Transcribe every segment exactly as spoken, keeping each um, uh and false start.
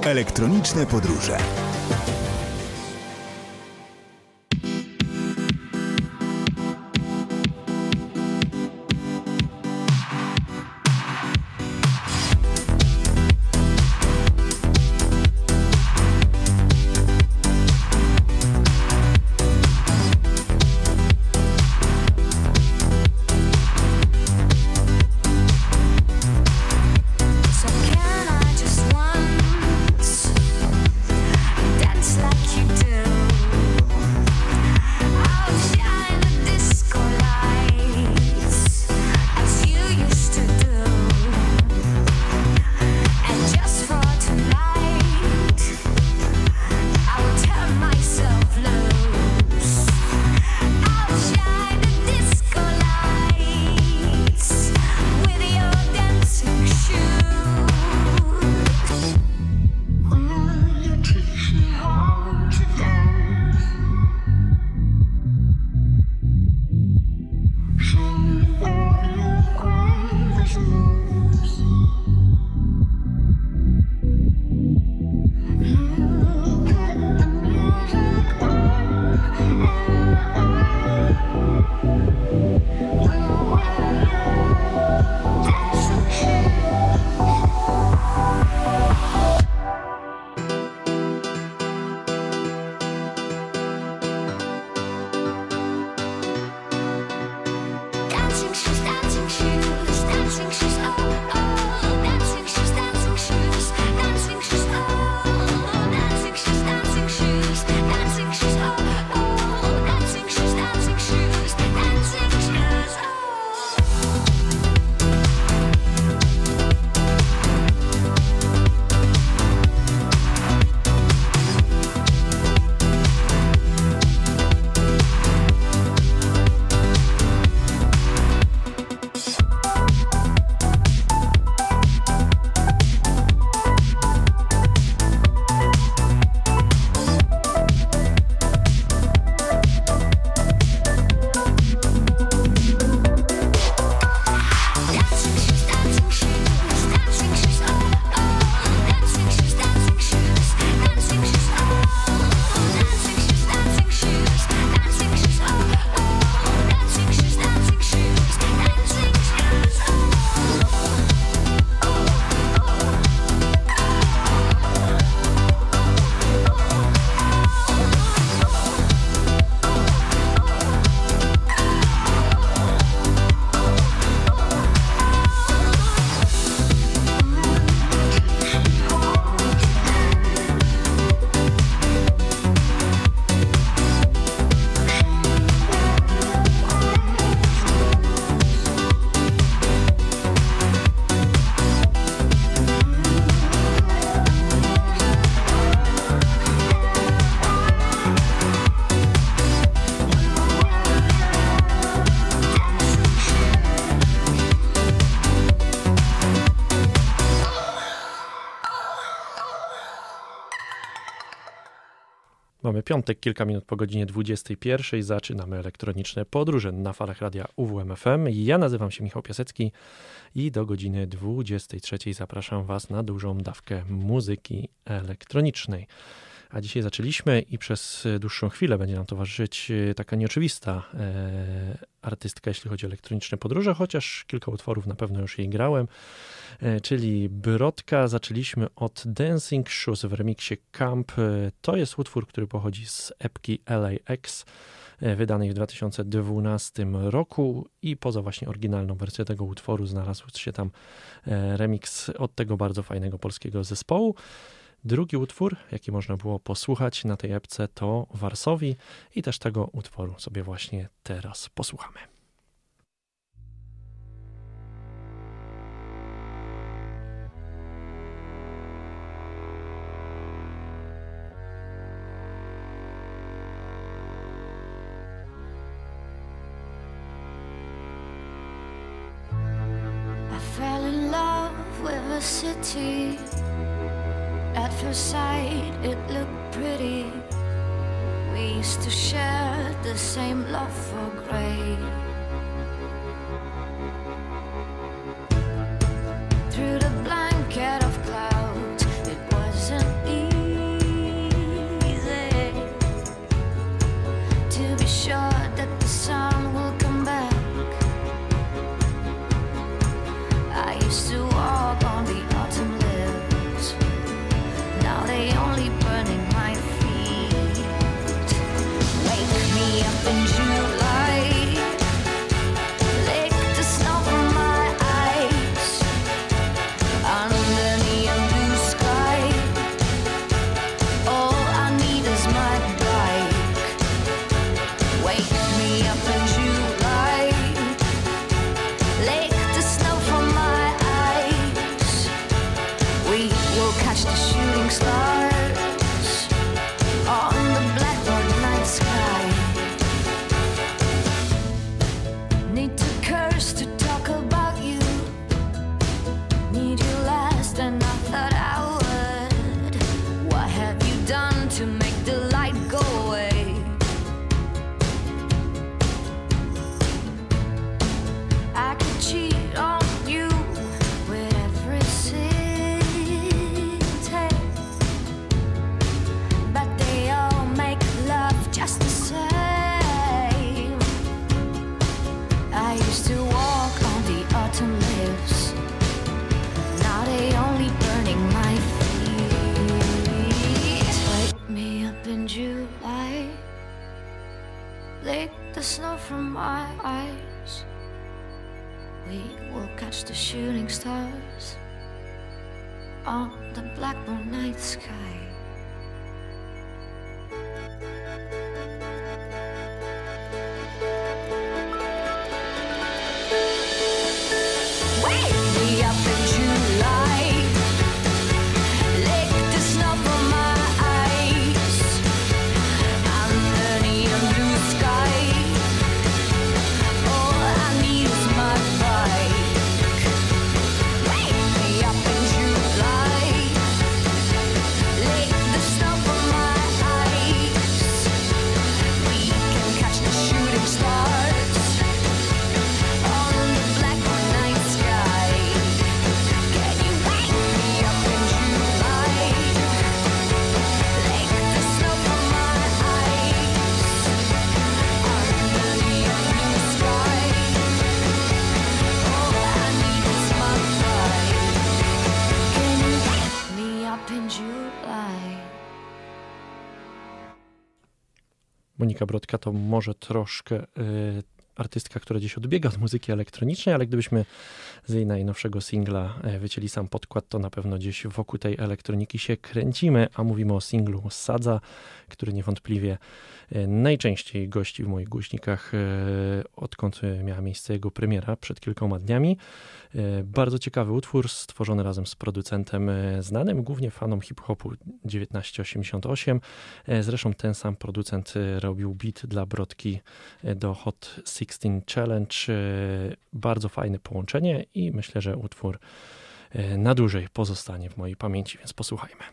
Elektroniczne podróże. Mamy piątek, kilka minut po godzinie dwudziestej pierwszej. Zaczynamy elektroniczne podróże na falach radia U W M F M. Ja nazywam się Michał Piasecki i do godziny dwudziestej trzeciej zapraszam Was na dużą dawkę muzyki elektronicznej. A dzisiaj zaczęliśmy i przez dłuższą chwilę będzie nam towarzyszyć taka nieoczywista e, artystka, jeśli chodzi o elektroniczne podróże, chociaż kilka utworów na pewno już jej grałem, e, czyli Brodka. Zaczęliśmy od Dancing Shoes w remiksie Camp. To jest utwór, który pochodzi z epki L A X, e, wydanej w dwa tysiące dwunastym roku i poza właśnie oryginalną wersją tego utworu znalazł się tam e, remix od tego bardzo fajnego polskiego zespołu. Drugi utwór, jaki można było posłuchać na tej epce, to Warsowi i też tego utworu sobie właśnie teraz posłuchamy. I fell in love with a city. At first sight, it looked pretty. We used to share the same love for grey. Through the blanket of clouds, it wasn't We will catch the shooting stars on the blackboard night sky. Need to curse to talk about you. Need you less than I thought I would. What have you done to make the light go away? I could cheat on you with every city, but they all make love just the same. I used to walk on the autumn leaves. Now they only burning my feet. Wake me up in July. Lick the snow from my eyes. We will catch the shooting stars on the blackboard night sky. Wake me up in July. Lick the snow from my eyes under neon blue sky. All I need is my bike. Wake me up in July. Lick the snow from my eyes. We can catch the shooting stars on the blackboard night sky. Can you wake me up in July? Lick the snow from my eyes under neon blue sky. All I need is my bike. Can you wake me up in July? Monika Brodka to może troszkę y, artystka, która gdzieś odbiega od muzyki elektronicznej, ale gdybyśmy z jej najnowszego singla y, wycięli sam podkład, to na pewno gdzieś wokół tej elektroniki się kręcimy, a mówimy o singlu Sadza, który niewątpliwie y, najczęściej gości w moich głośnikach, y, odkąd miała miejsce jego premiera przed kilkoma dniami. Y, bardzo ciekawy utwór, stworzony razem z producentem y, znanym głównie fanom hip-hopu dziewiętnaście osiemdziesiąt osiem. Y, zresztą ten sam producent y, robił beat dla Brodki y, do Hot szesnaście Challenge. Y, bardzo fajne połączenie i myślę, że utwór y, na dłużej pozostanie w mojej pamięci, więc posłuchajmy.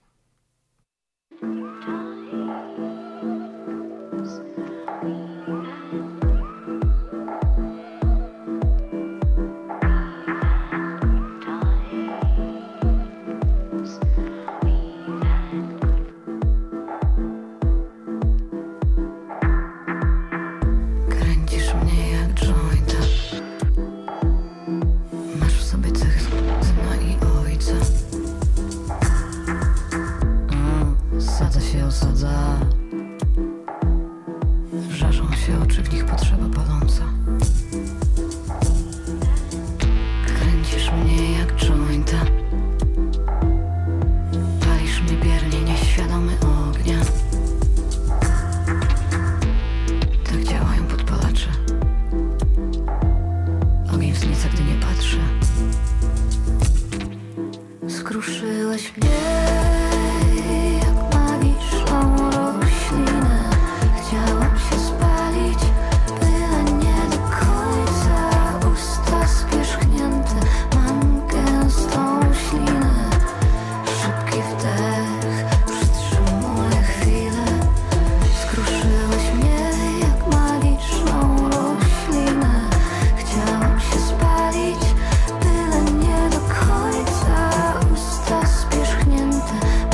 Kręcisz mnie jak jointa. Masz w sobie cech syna i ojca. Mm, sadza się osadza. Żarzą się oczy, w nich potrzeba paląca. Kręcisz mnie jak jointa. Palisz mnie biernie, nieświadomy ognia. Tak działają podpalacze. Ogień wznieca, gdy nie patrzę. Skruszyłeś mnie jak magiczną roślinę. Chciałam się spalić, byle nie do końca. Usta spierzchnięte, mam gęstą ślinę. Szybki wdech, przytrzymuję chwilę. Skruszyłeś mnie jak magiczną roślinę. Chciałam się spalić, byle nie do końca. Usta spierzchnięte,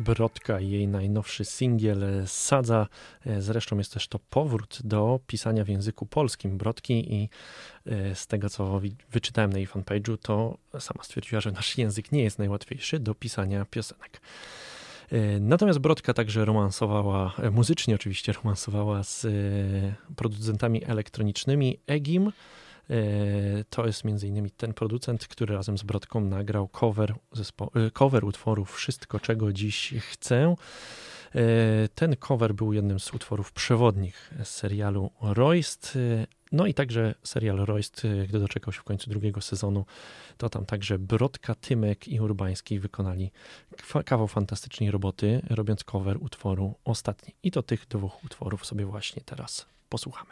Brodka i jej najnowszy singiel Sadza. Zresztą jest też to powrót do pisania w języku polskim Brodki i z tego, co wyczytałem na jej fanpage'u, to sama stwierdziła, że nasz język nie jest najłatwiejszy do pisania piosenek. Natomiast Brodka także romansowała, muzycznie oczywiście romansowała z producentami elektronicznymi Egim. To jest między innymi ten producent, który razem z Brodką nagrał cover, zespo- cover utworu Wszystko, czego dziś chcę. Ten cover był jednym z utworów przewodnich z serialu Royst. No i także serial Royst, gdy doczekał się w końcu drugiego sezonu, to tam także Brodka, Tymek i Urbański wykonali kawał fantastycznej roboty, robiąc cover utworu Ostatni. I to tych dwóch utworów sobie właśnie teraz posłuchamy.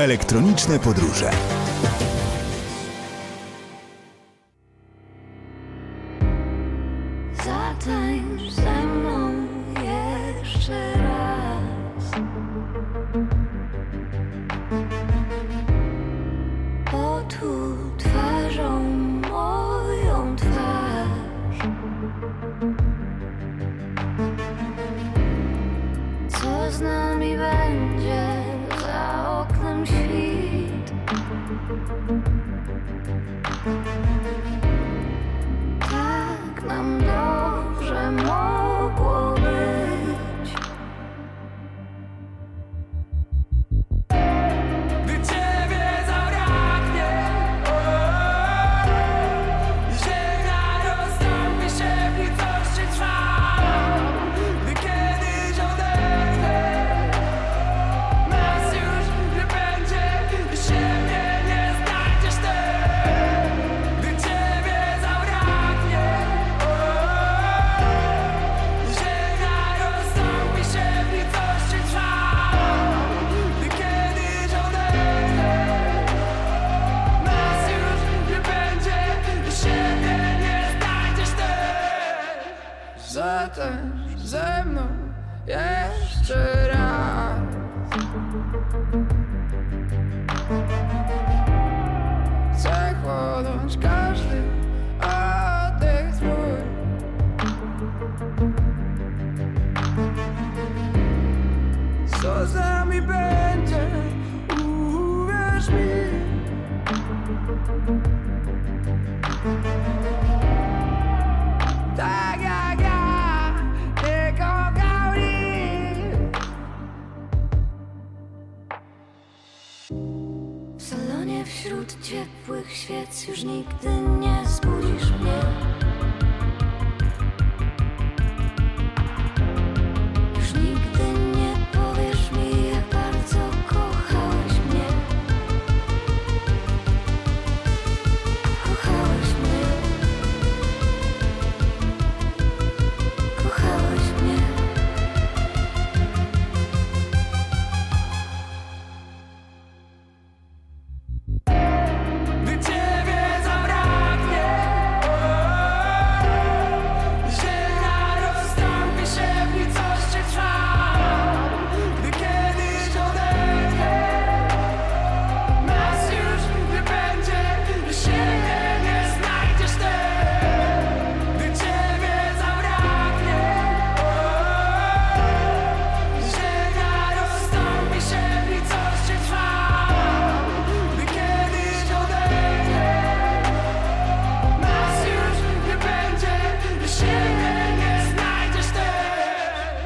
Elektroniczne podróże. Zatańcz ze mną jeszcze raz. Otul twarzą moją twarz. Co z nami będzie za oknem świt? Tak nam dobrze mogło być. Gdy ciebie zabraknie, ziemia rozstąpi się, w nicości trwa. Gdy kiedyś odejdę, nas już nie będzie, siebie nie znajdziesz też. Gdy ciebie zabraknie, ziemia rozstąpi się, w nicości trwa. Gdy kiedyś odejdę, nas już nie będzie, siebie nie znajdziesz też. Zatańcz ze mną jeszcze raz. Chcę chłonąć każdy oddech twój. Co z nami będzie, uwierz mi. Tak jak ja nie kochał nikt. W salonie wśród ciepłych świec już nigdy nie zbudzisz mnie. Już nigdy nie powiesz mi, jak bardzo kochałeś mnie. Kochałeś mnie. Kochałeś mnie. Gdy ciebie zabraknie, ziemia rozstąpi się, w nicości trwa. Gdy kiedyś odejdę, nas już nie będzie, siebie nie znajdziesz też. Gdy ciebie zabraknie, ziemia rozstąpi się, w nicości trwa. Gdy kiedyś odejdę, nas już nie będzie, siebie nie znajdziesz też.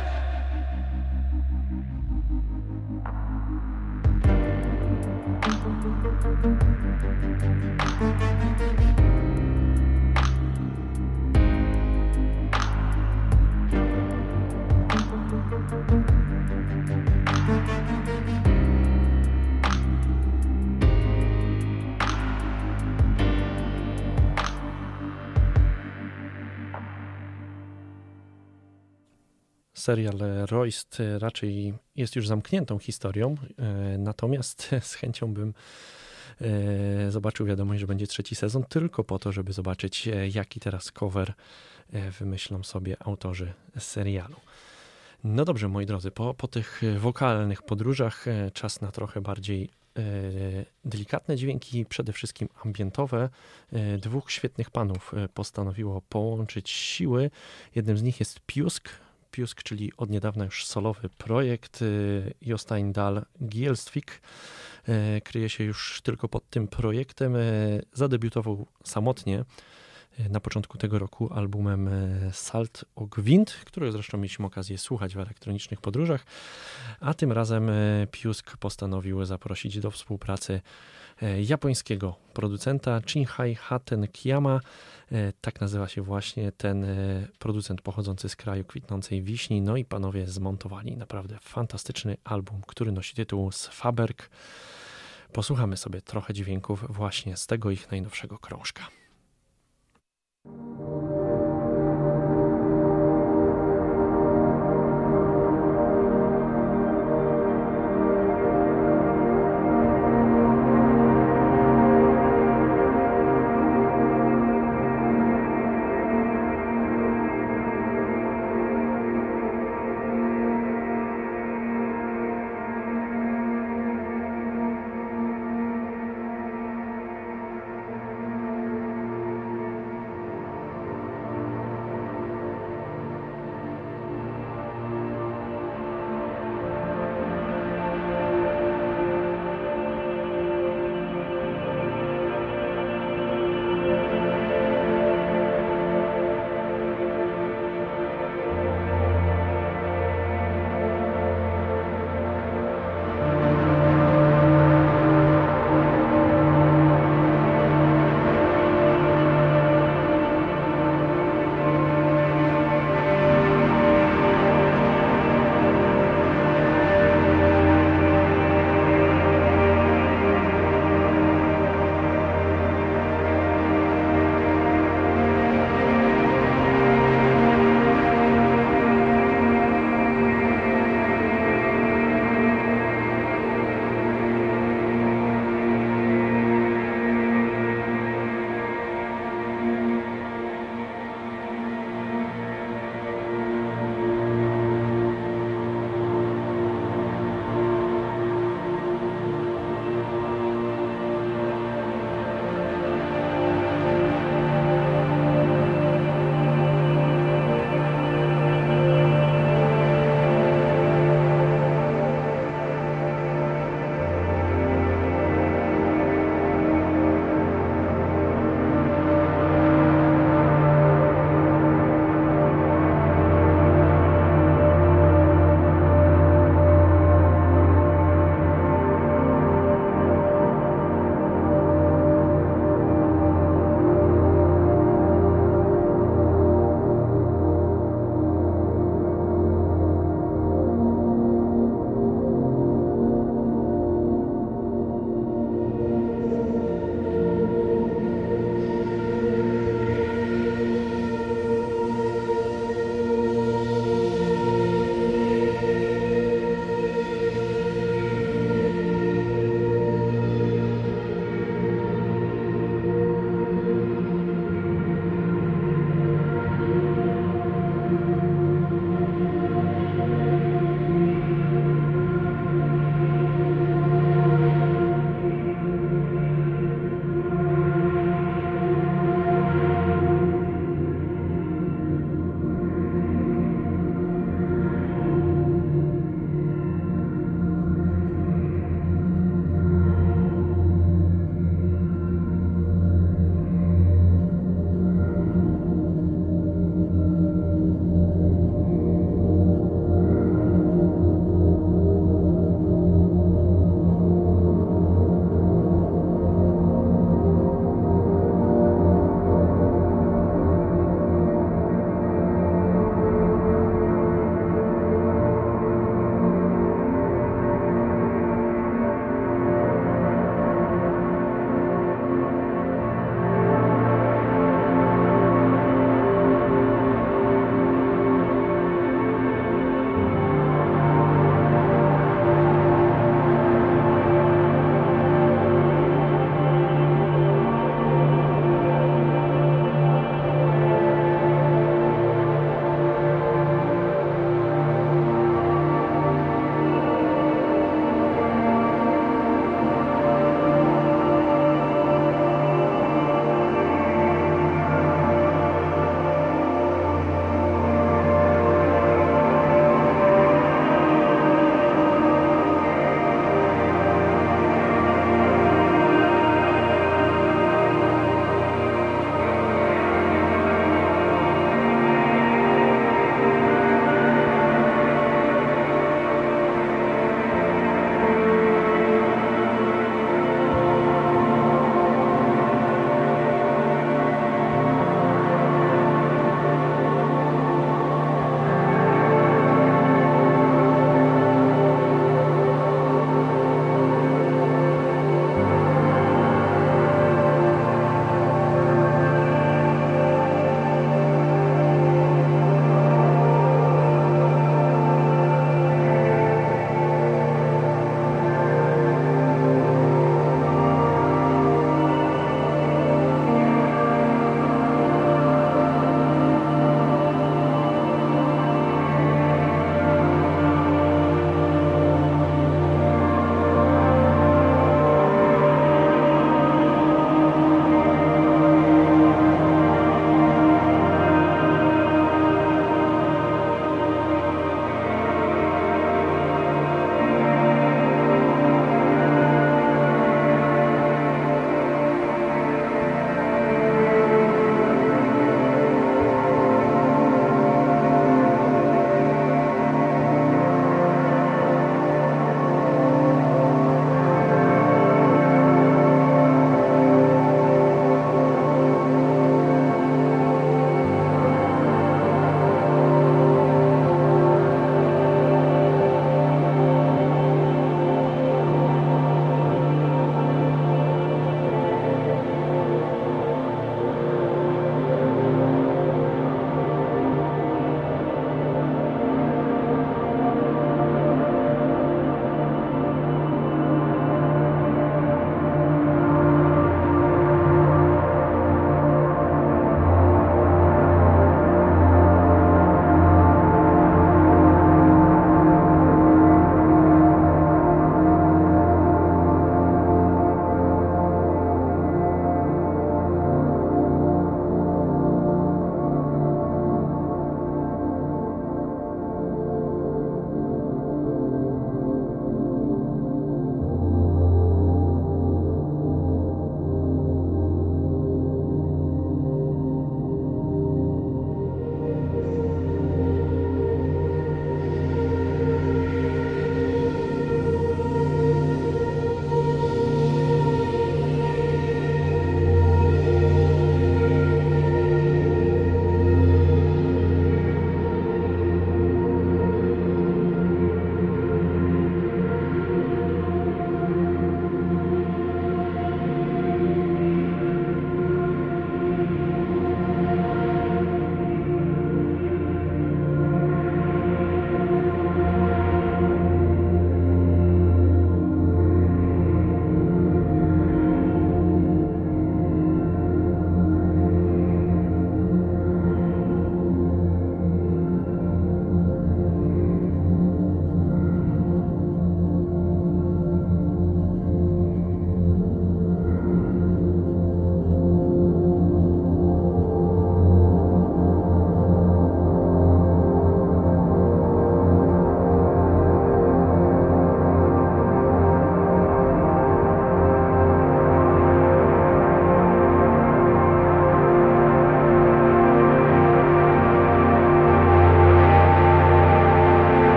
Serial Royst raczej jest już zamkniętą historią, e, natomiast z chęcią bym e, zobaczył wiadomość, że będzie trzeci sezon, tylko po to, żeby zobaczyć, e, jaki teraz cover e, wymyślą sobie autorzy serialu. No dobrze, moi drodzy, po, po tych wokalnych podróżach e, czas na trochę bardziej e, delikatne dźwięki, przede wszystkim ambientowe. E, dwóch świetnych panów e, postanowiło połączyć siły. Jednym z nich jest Pjusk, Pjusk, czyli od niedawna już solowy projekt. Jostein Dahl Gjelsvik kryje się już tylko pod tym projektem. Zadebiutował samotnie na początku tego roku albumem Salt och Wind, który zresztą mieliśmy okazję słuchać w elektronicznych podróżach, a tym razem Pjusk postanowił zaprosić do współpracy japońskiego producenta Shinhai Haten Kiyama. Tak nazywa się właśnie ten producent pochodzący z kraju kwitnącej wiśni. No i panowie zmontowali naprawdę fantastyczny album, który nosi tytuł Sfaberg. Posłuchamy sobie trochę dźwięków właśnie z tego ich najnowszego krążka.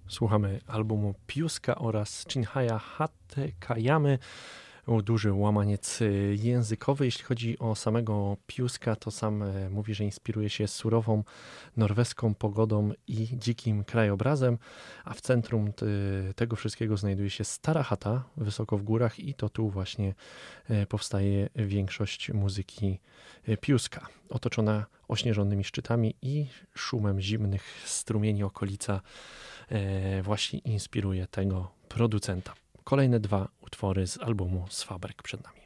Słuchamy albumu Piuska oraz Chinhaya Hatekayamy. Duży łamaniec językowy. Jeśli chodzi o samego Piuska, to sam mówi, że inspiruje się surową norweską pogodą i dzikim krajobrazem, a w centrum tego wszystkiego znajduje się stara chata wysoko w górach i to tu właśnie powstaje większość muzyki Piuska. Otoczona ośnieżonymi szczytami i szumem zimnych strumieni okolica właśnie inspiruje tego producenta. Kolejne dwa utwory z albumu Svaberg przed nami.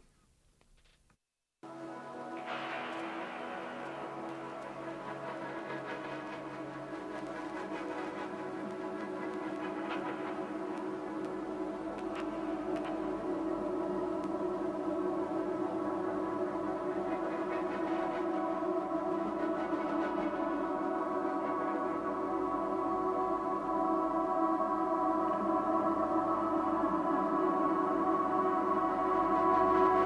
Thank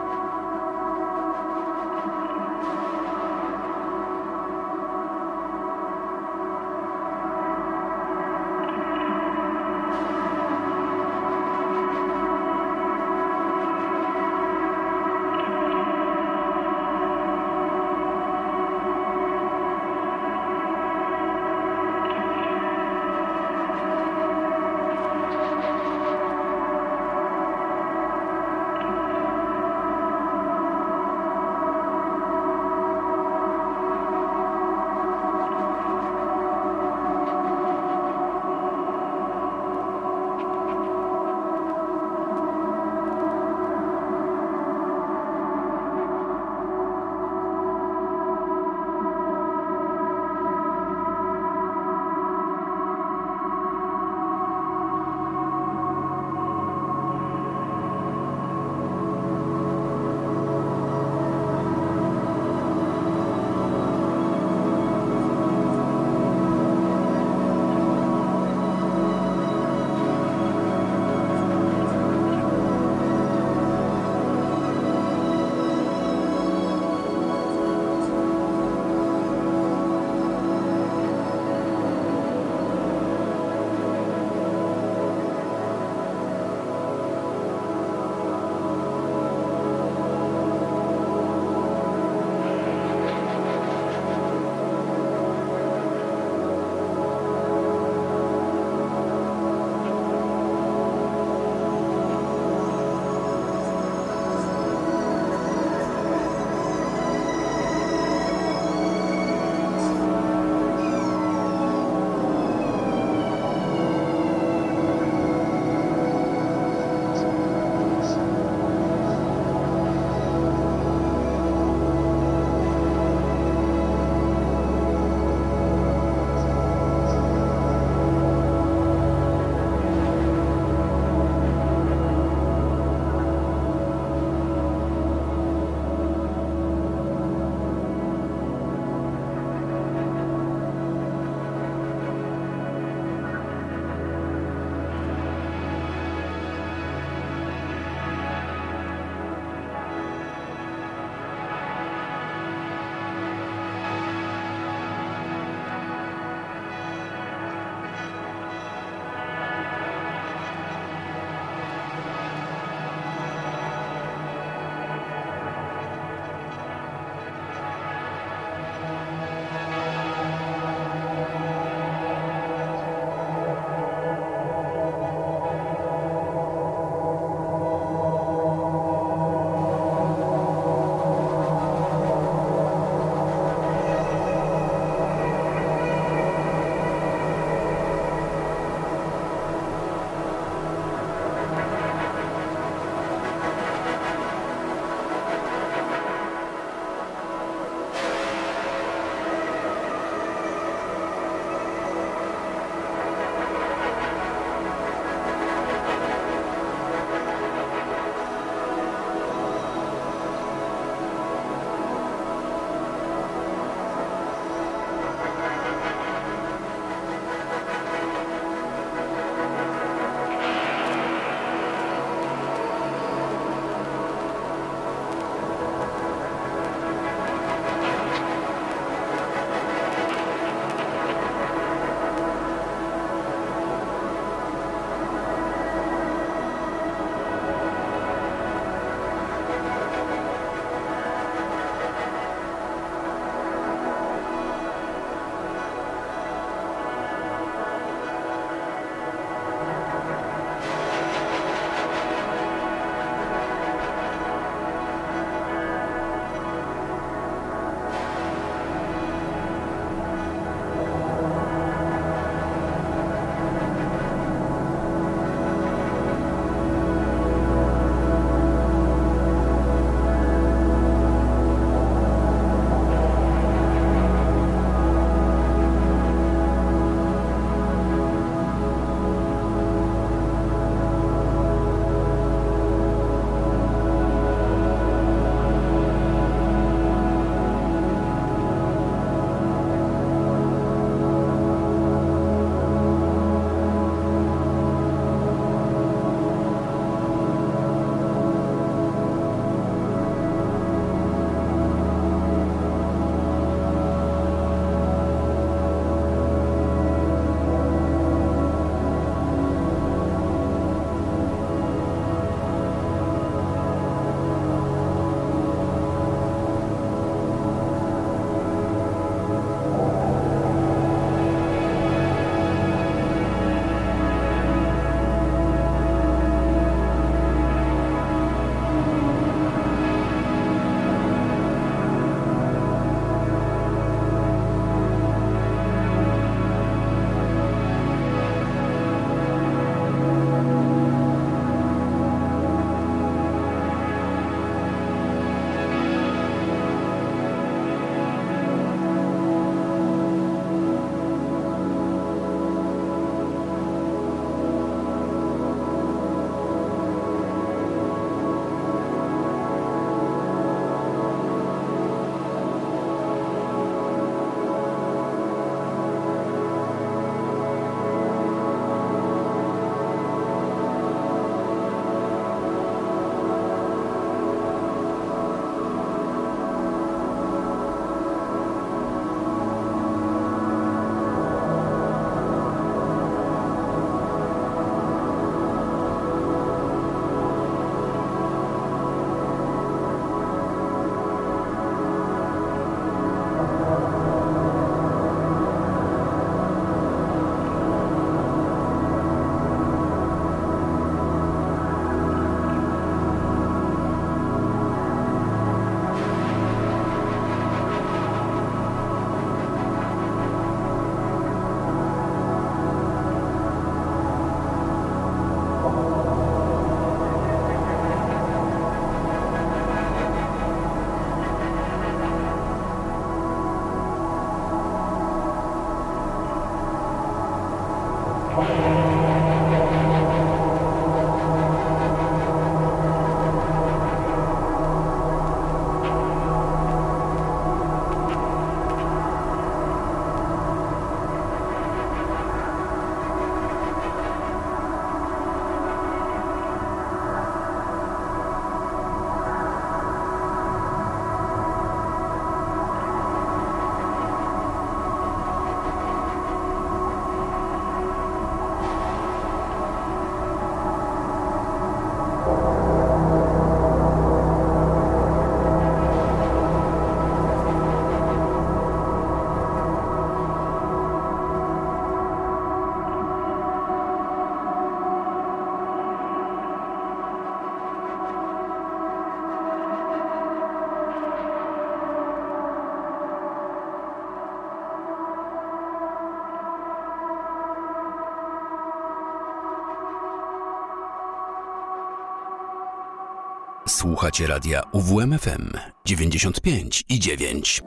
Słuchacie radia U W M F M dziewięćdziesiąt pięć i dziewięć.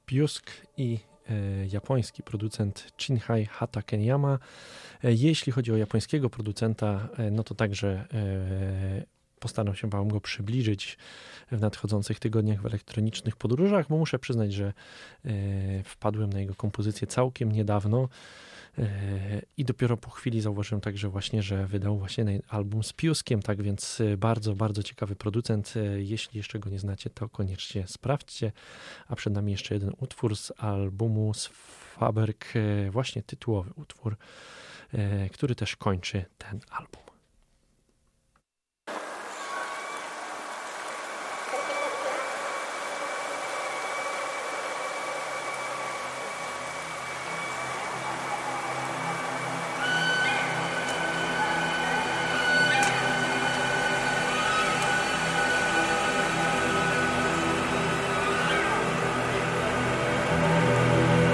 Spiusk i japoński producent Shinhei Hata Kenyama. Jeśli chodzi o japońskiego producenta, no to także postaram się wam go przybliżyć w nadchodzących tygodniach w elektronicznych podróżach, bo muszę przyznać, że wpadłem na jego kompozycję całkiem niedawno i dopiero po chwili zauważyłem także właśnie, że wydał właśnie album z Piuskiem, tak więc bardzo, bardzo ciekawy producent. Jeśli jeszcze go nie znacie, to koniecznie sprawdźcie. A przed nami jeszcze jeden utwór z albumu z Faberg, właśnie tytułowy utwór, który też kończy ten album.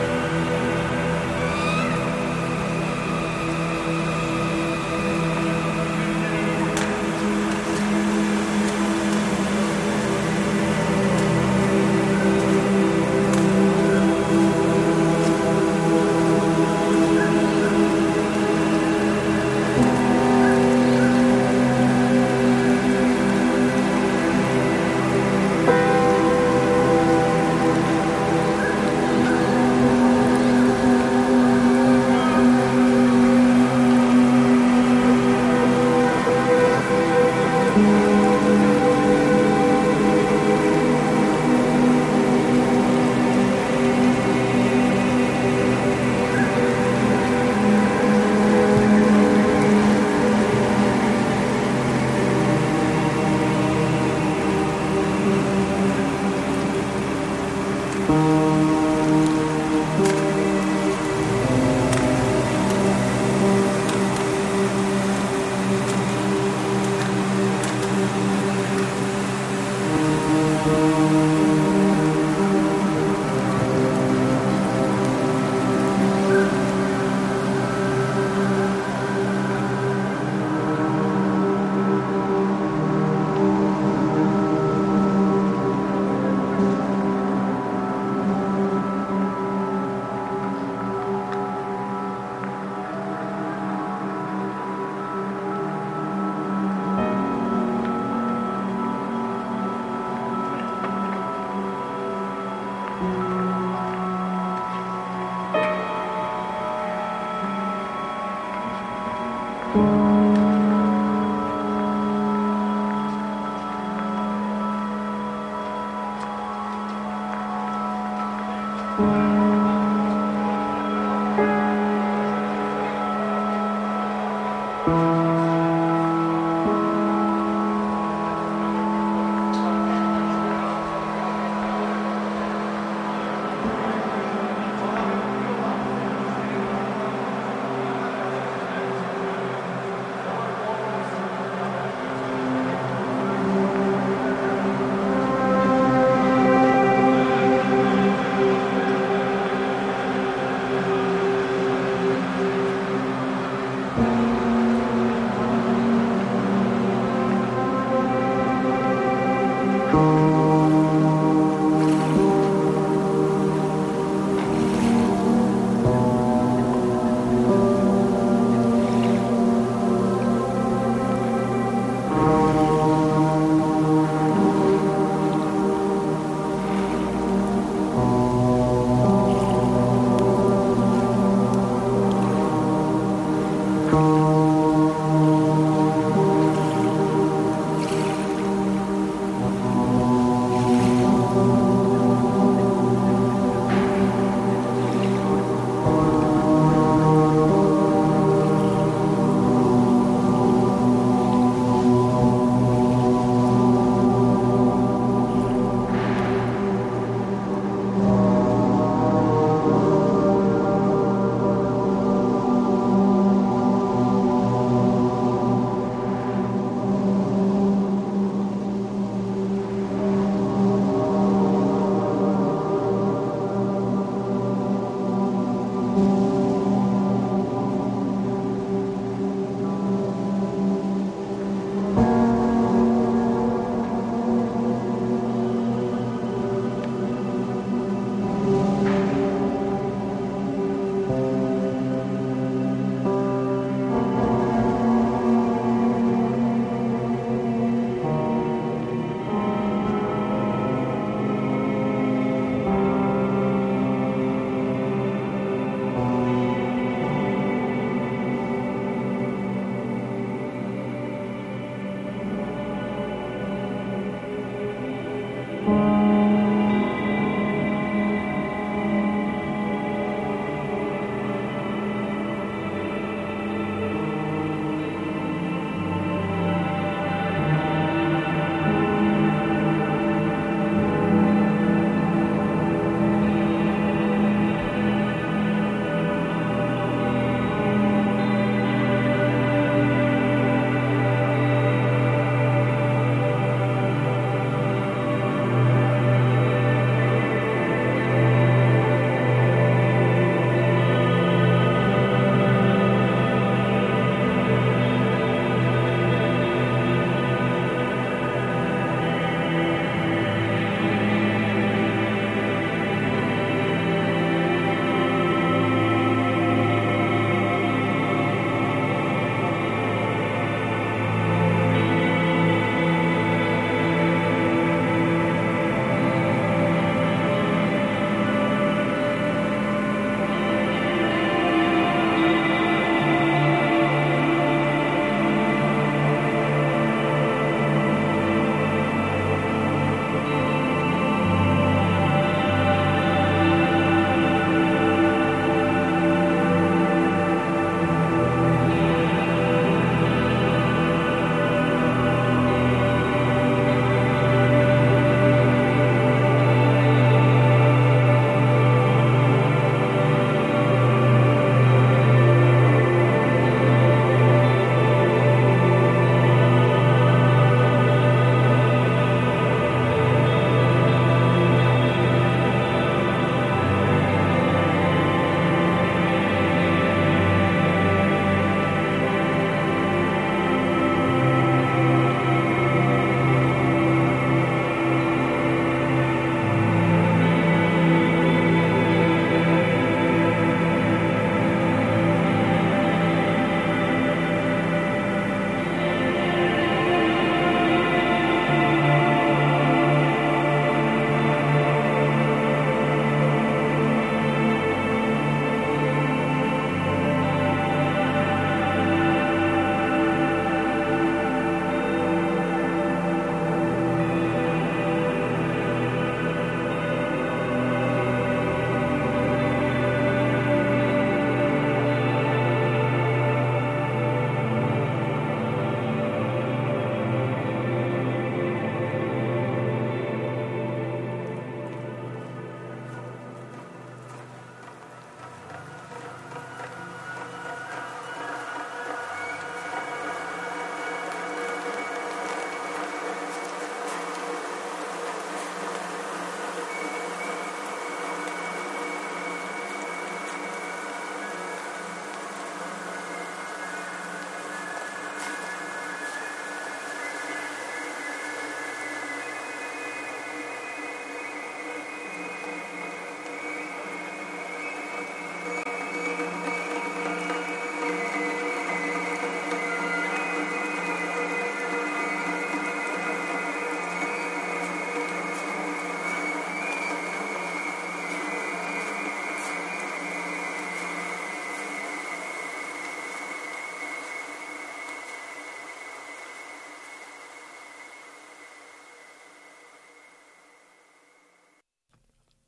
Thank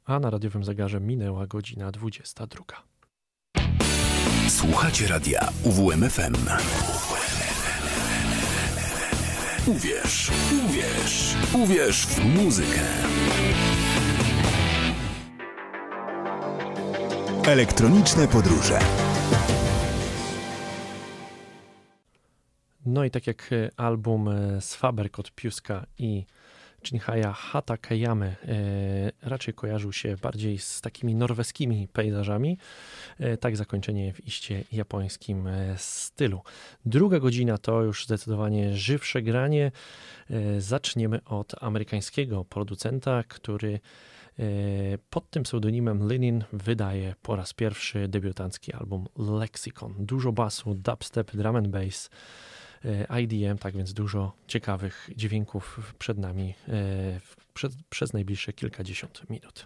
a na radiowym zegarze minęła godzina dwudziesta druga. Słuchacie radia U W M F M. Uwierz, uwierz, uwierz w muzykę. Elektroniczne podróże. No i tak jak album z Faberkot Piuska i Shinhaya Hatakeyamy e, raczej kojarzył się bardziej z takimi norweskimi pejzażami, e, tak zakończenie w iście japońskim e, stylu. Druga godzina to już zdecydowanie żywsze granie. E, zaczniemy od amerykańskiego producenta, który e, pod tym pseudonimem Linin wydaje po raz pierwszy debiutancki album Lexicon. Dużo basu, dubstep, drum and bass, I D M, tak więc dużo ciekawych dźwięków przed nami e, przed, przez najbliższe kilkadziesiąt minut.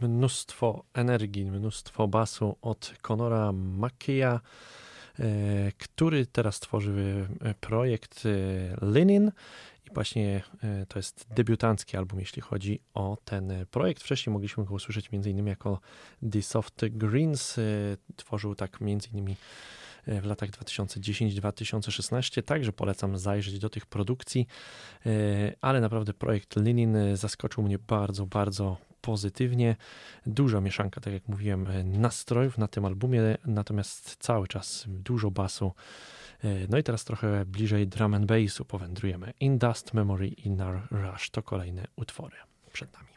mnóstwo energii, mnóstwo basu od Conora Mackeya, który teraz tworzy projekt Linen i właśnie to jest debiutancki album, jeśli chodzi o ten projekt. Wcześniej mogliśmy go usłyszeć m.in. jako The Soft Greens. Tworzył tak m.in. w latach dwa tysiące dziesiąty do dwa tysiące szesnastego, także polecam zajrzeć do tych produkcji, ale naprawdę projekt Linen zaskoczył mnie bardzo, bardzo pozytywnie. Duża mieszanka, tak jak mówiłem, nastrojów na tym albumie, natomiast cały czas dużo basu. No i teraz trochę bliżej drum and bassu powędrujemy. In Dust, Memory i Nar Rush to kolejne utwory przed nami.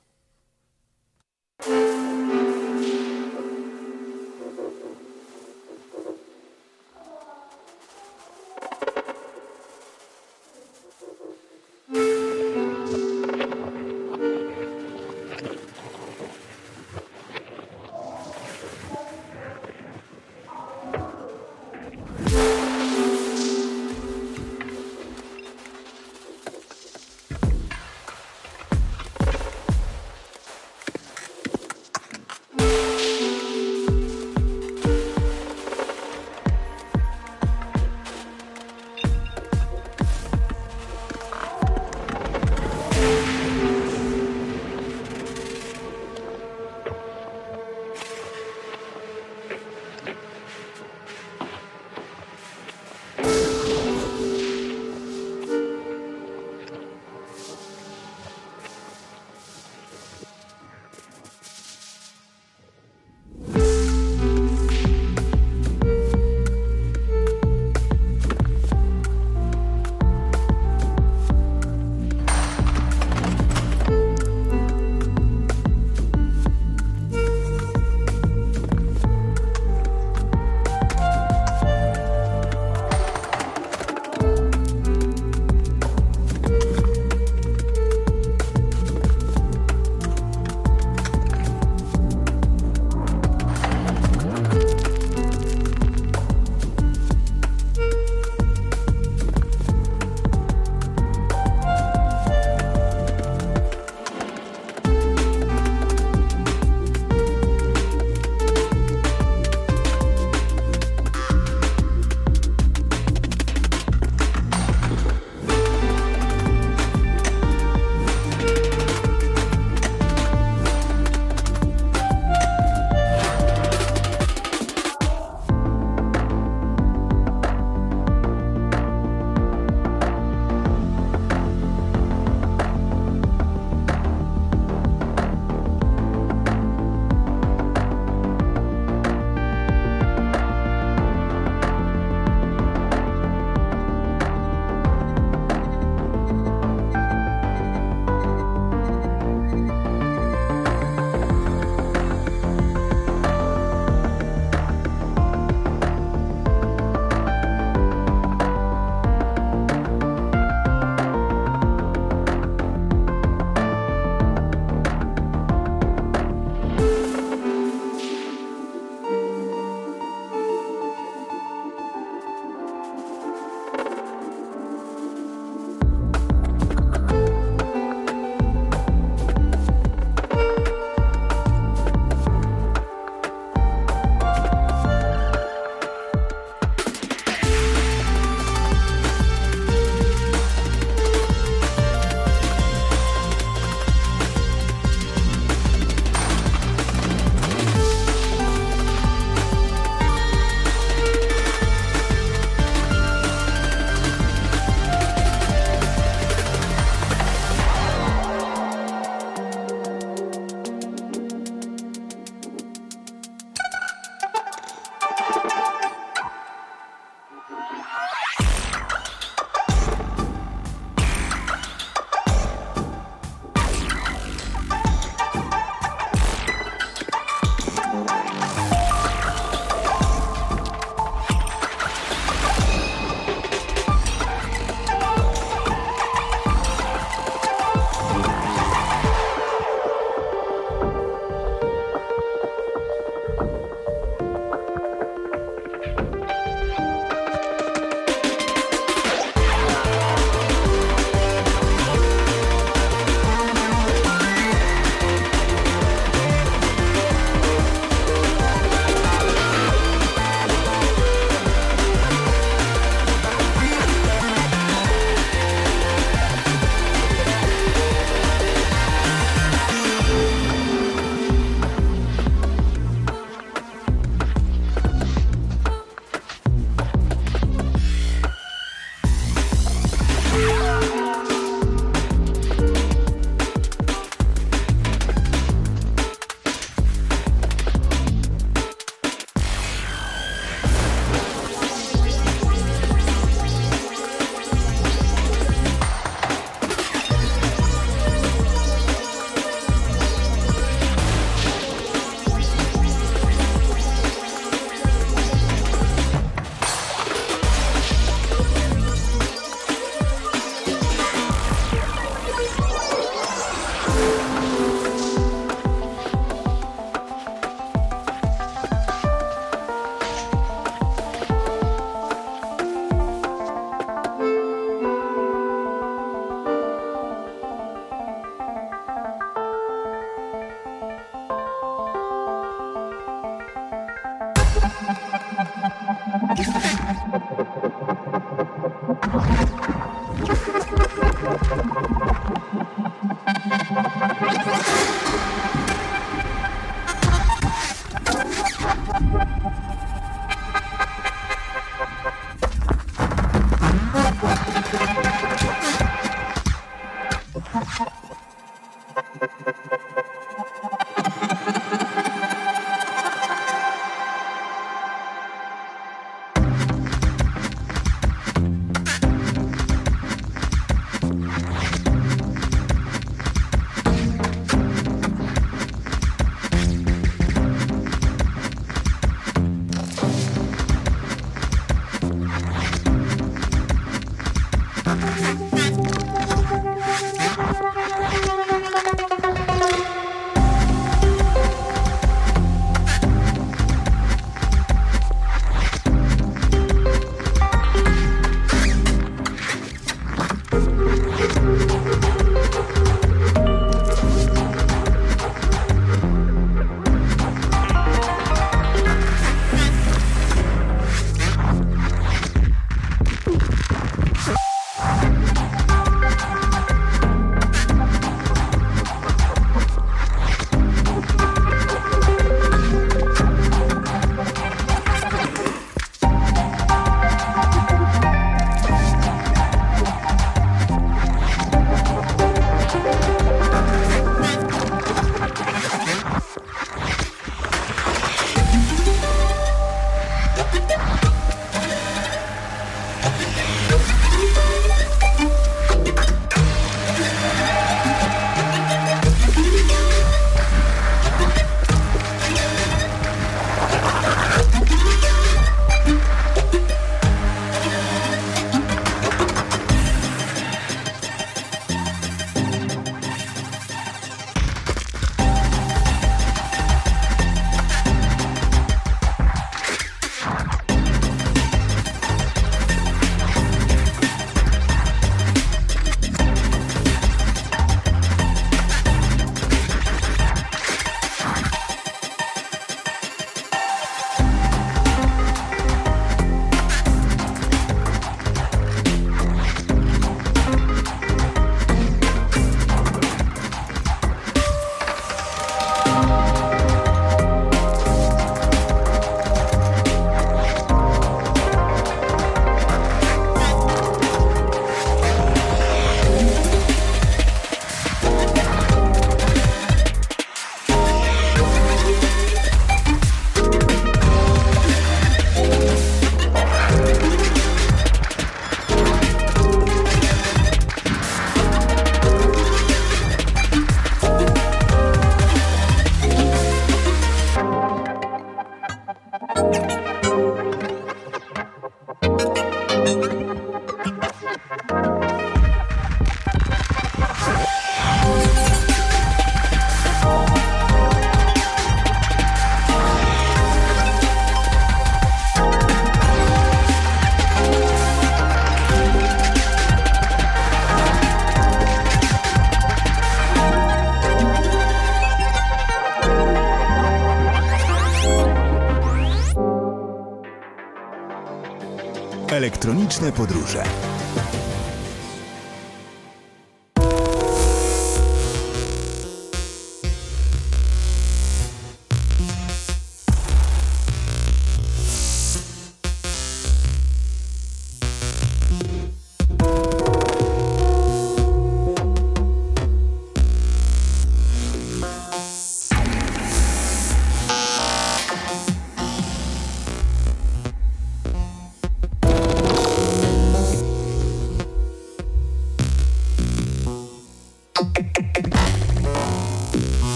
Elektroniczne podróże.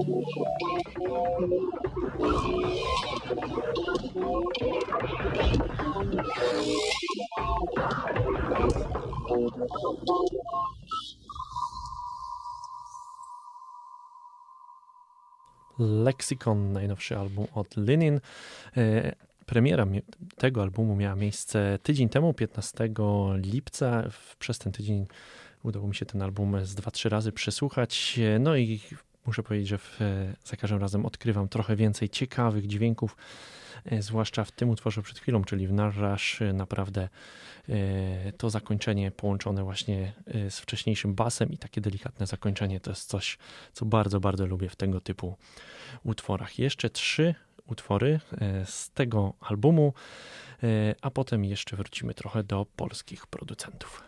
Lexicon, najnowszy album od Linen. Premiera tego albumu miała miejsce tydzień temu, piętnastego lipca. Przez ten tydzień udało mi się ten album z dwa, trzy razy przesłuchać. No i muszę powiedzieć, że w, za każdym razem odkrywam trochę więcej ciekawych dźwięków, zwłaszcza w tym utworze przed chwilą, czyli w Narrash. Naprawdę to zakończenie połączone właśnie z wcześniejszym basem i takie delikatne zakończenie to jest coś, co bardzo, bardzo lubię w tego typu utworach. Jeszcze trzy utwory z tego albumu, a potem jeszcze wrócimy trochę do polskich producentów.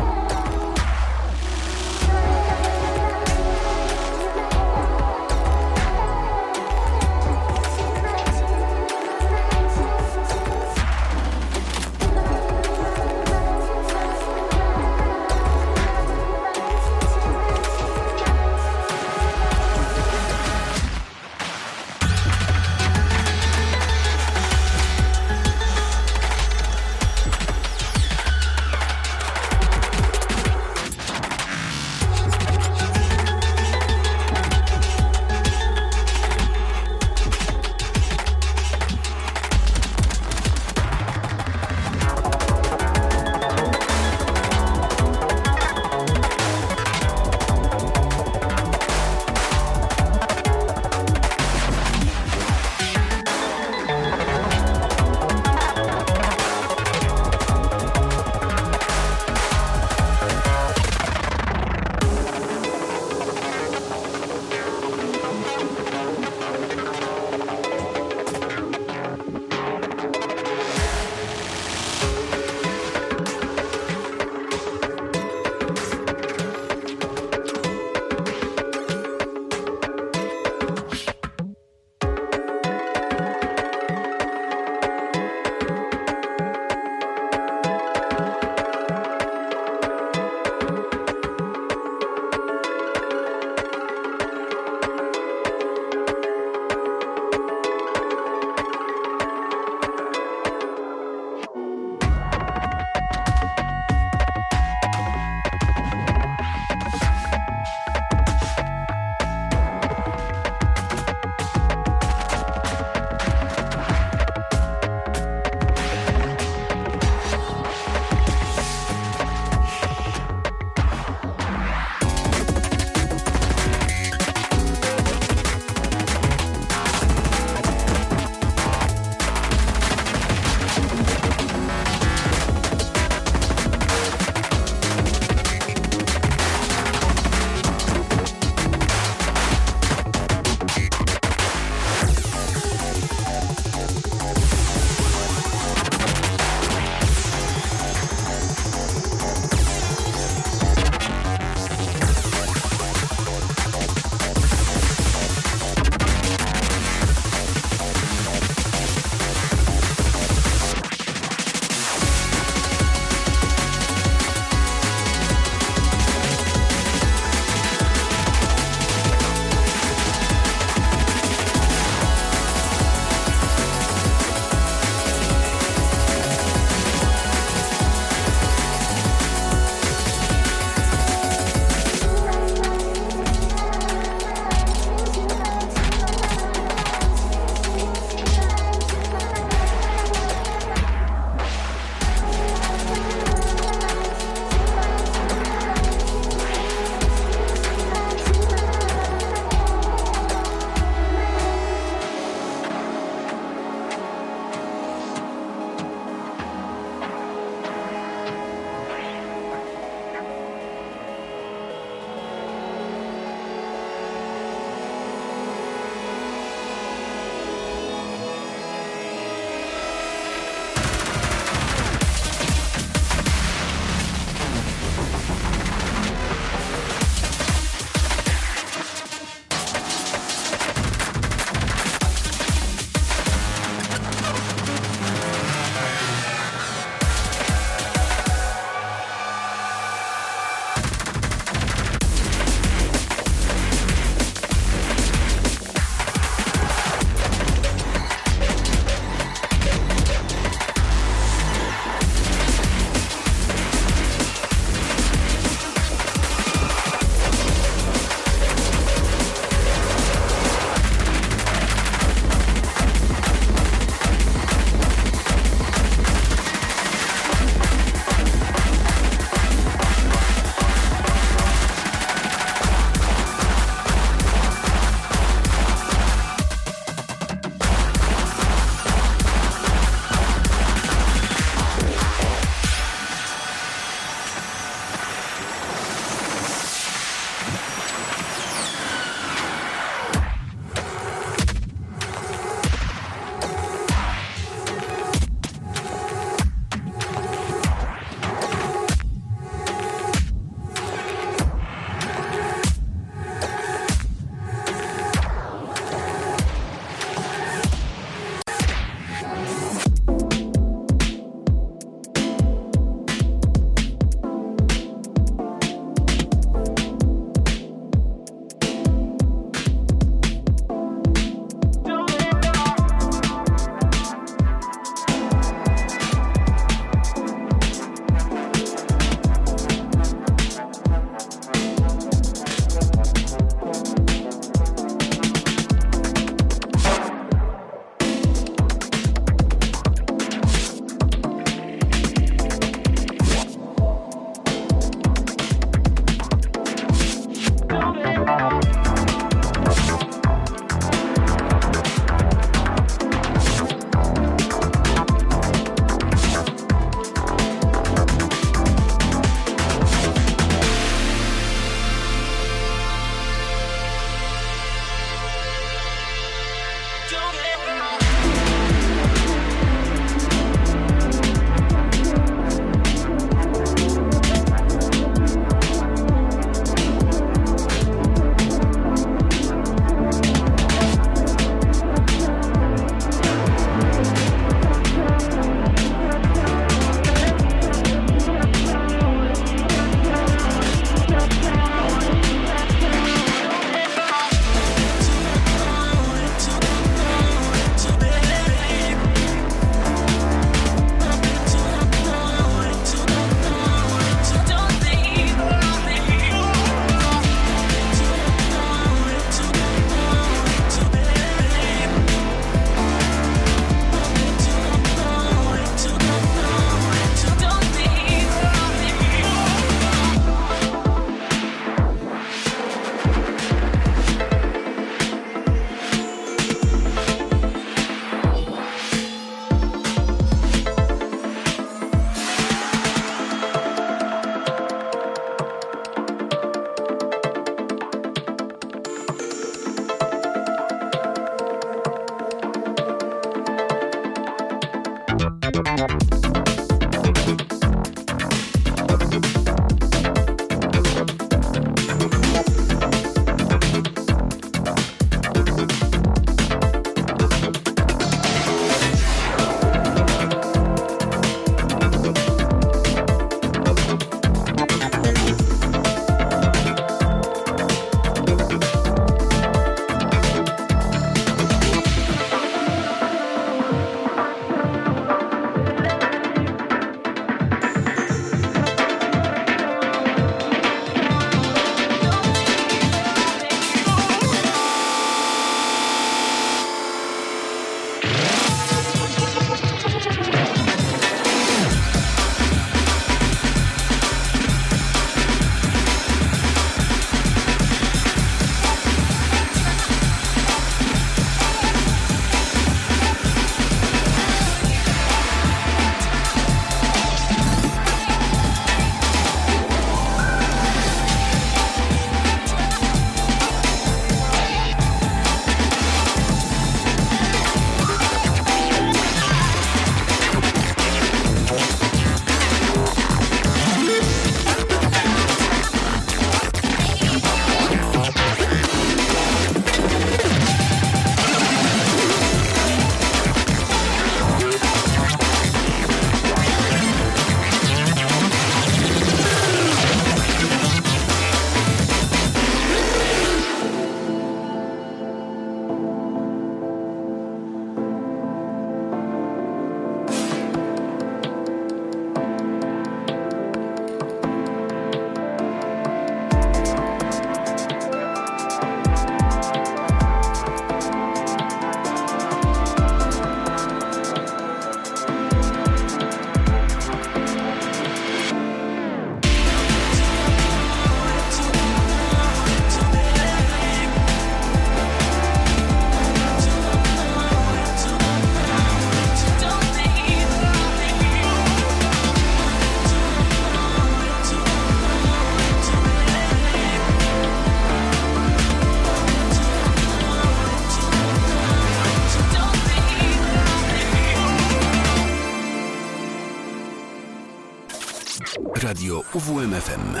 Radio U W M F M.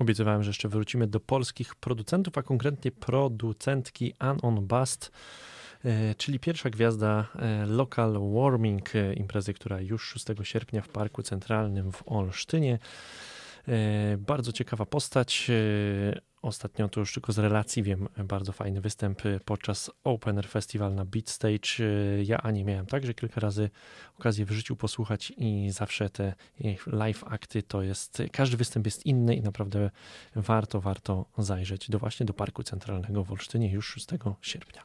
Obiecywałem, że jeszcze wrócimy do polskich producentów, a konkretnie producentki Unknown Bust, czyli pierwsza gwiazda Local Warming, imprezy, która już szóstego sierpnia w Parku Centralnym w Olsztynie. Bardzo ciekawa postać. Ostatnio to już tylko z relacji wiem, bardzo fajny występ podczas Open Air Festival na Beat Stage. Ja Ani miałem także kilka razy okazję w życiu posłuchać i zawsze te live akty to jest, każdy występ jest inny i naprawdę warto, warto zajrzeć do właśnie do Parku Centralnego w Olsztynie już szóstego sierpnia.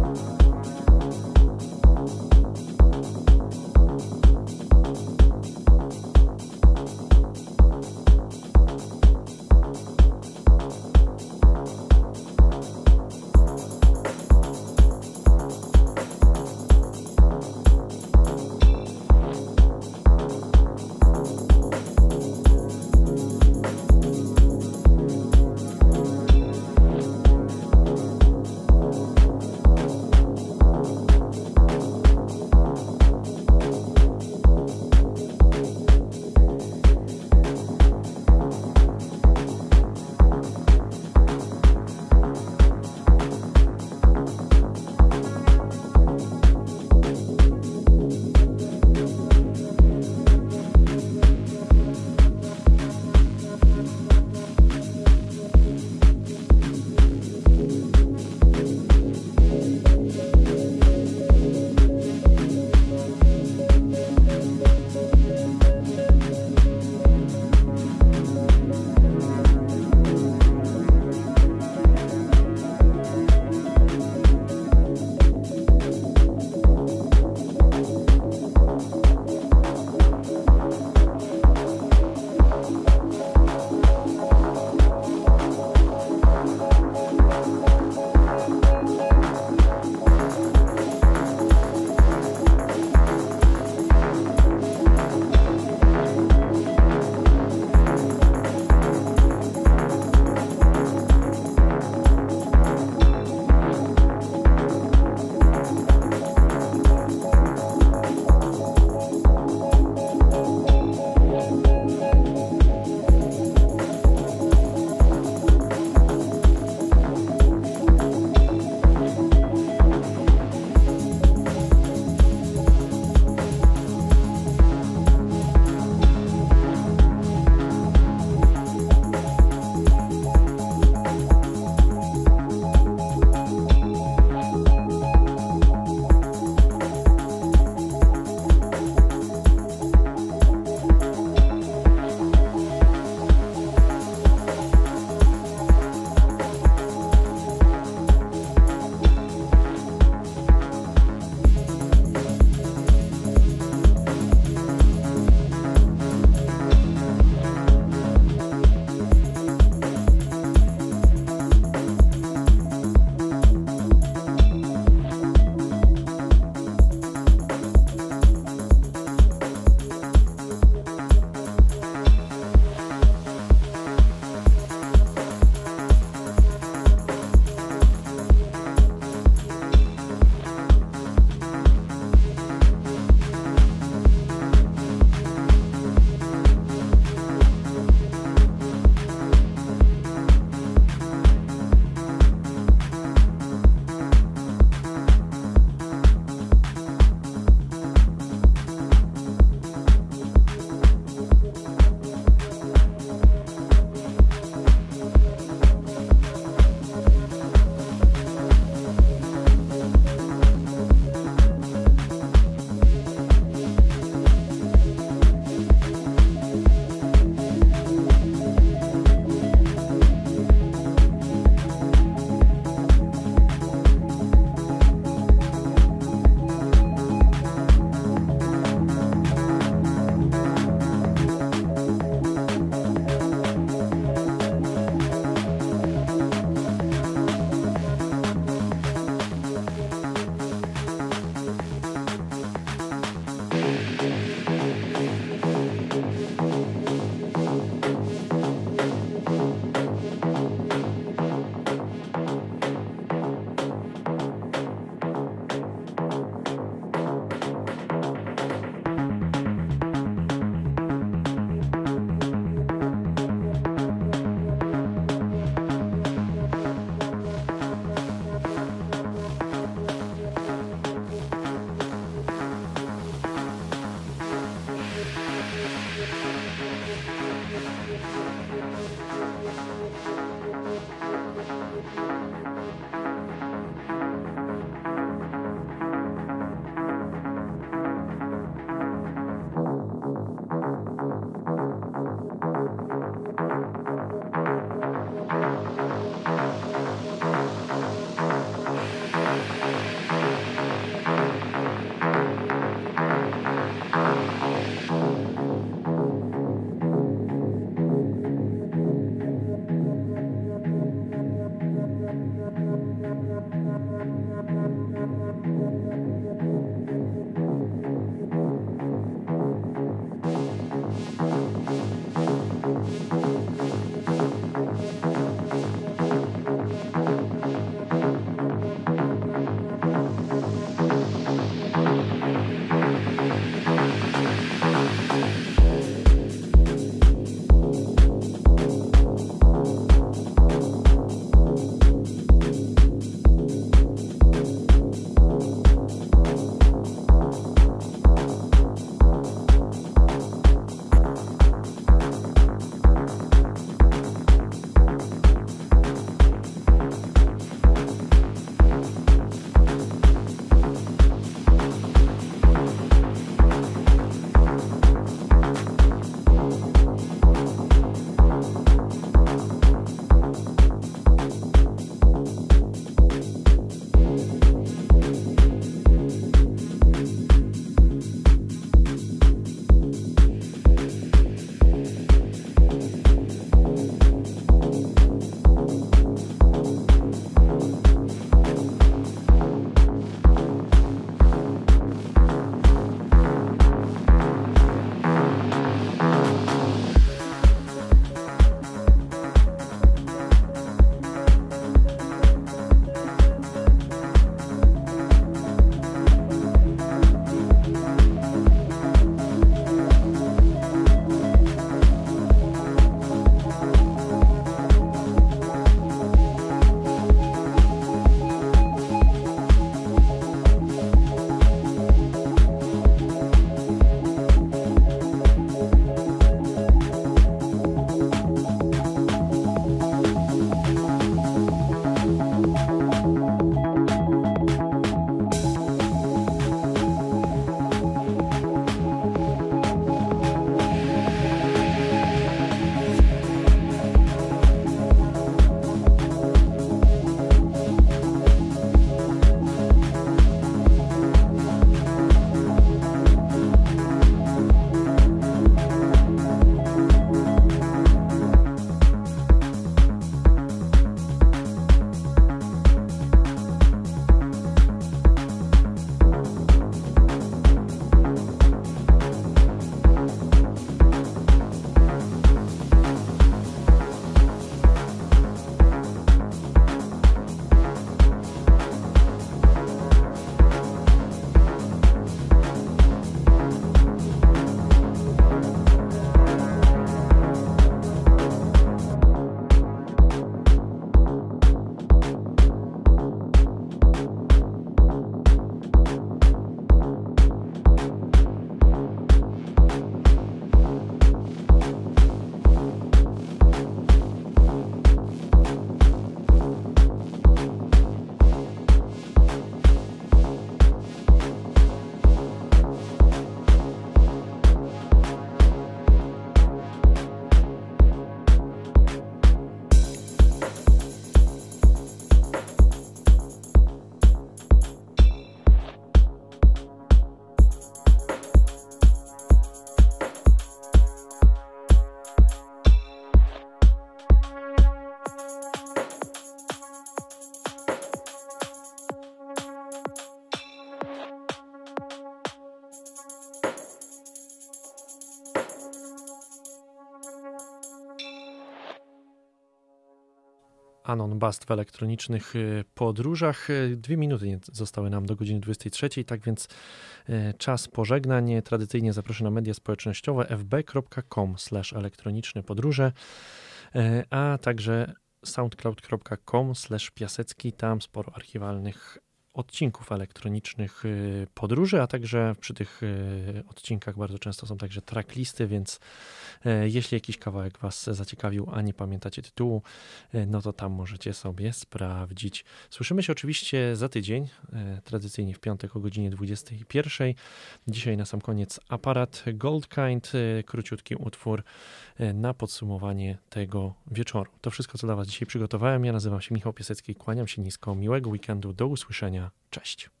Anon Bast w elektronicznych y, podróżach. Y, Dwie minuty nie zostały nam do godziny dwudziestej trzeciej, tak więc y, czas pożegnań. Tradycyjnie zaproszę na media społecznościowe f b kropka com slash elektroniczne podróże, y, a także soundcloud kropka com slash piasecki. Tam sporo archiwalnych odcinków elektronicznych y, podróży, a także przy tych y, odcinkach bardzo często są także tracklisty, więc y, jeśli jakiś kawałek Was zaciekawił, a nie pamiętacie tytułu, y, no to tam możecie sobie sprawdzić. Słyszymy się oczywiście za tydzień, y, tradycyjnie w piątek o godzinie dwudziestej pierwszej. Dzisiaj na sam koniec Aparat Goldkind, y, króciutki utwór y, na podsumowanie tego wieczoru. To wszystko, co dla Was dzisiaj przygotowałem. Ja nazywam się Michał Piasecki, kłaniam się nisko, miłego weekendu, do usłyszenia. Cześć.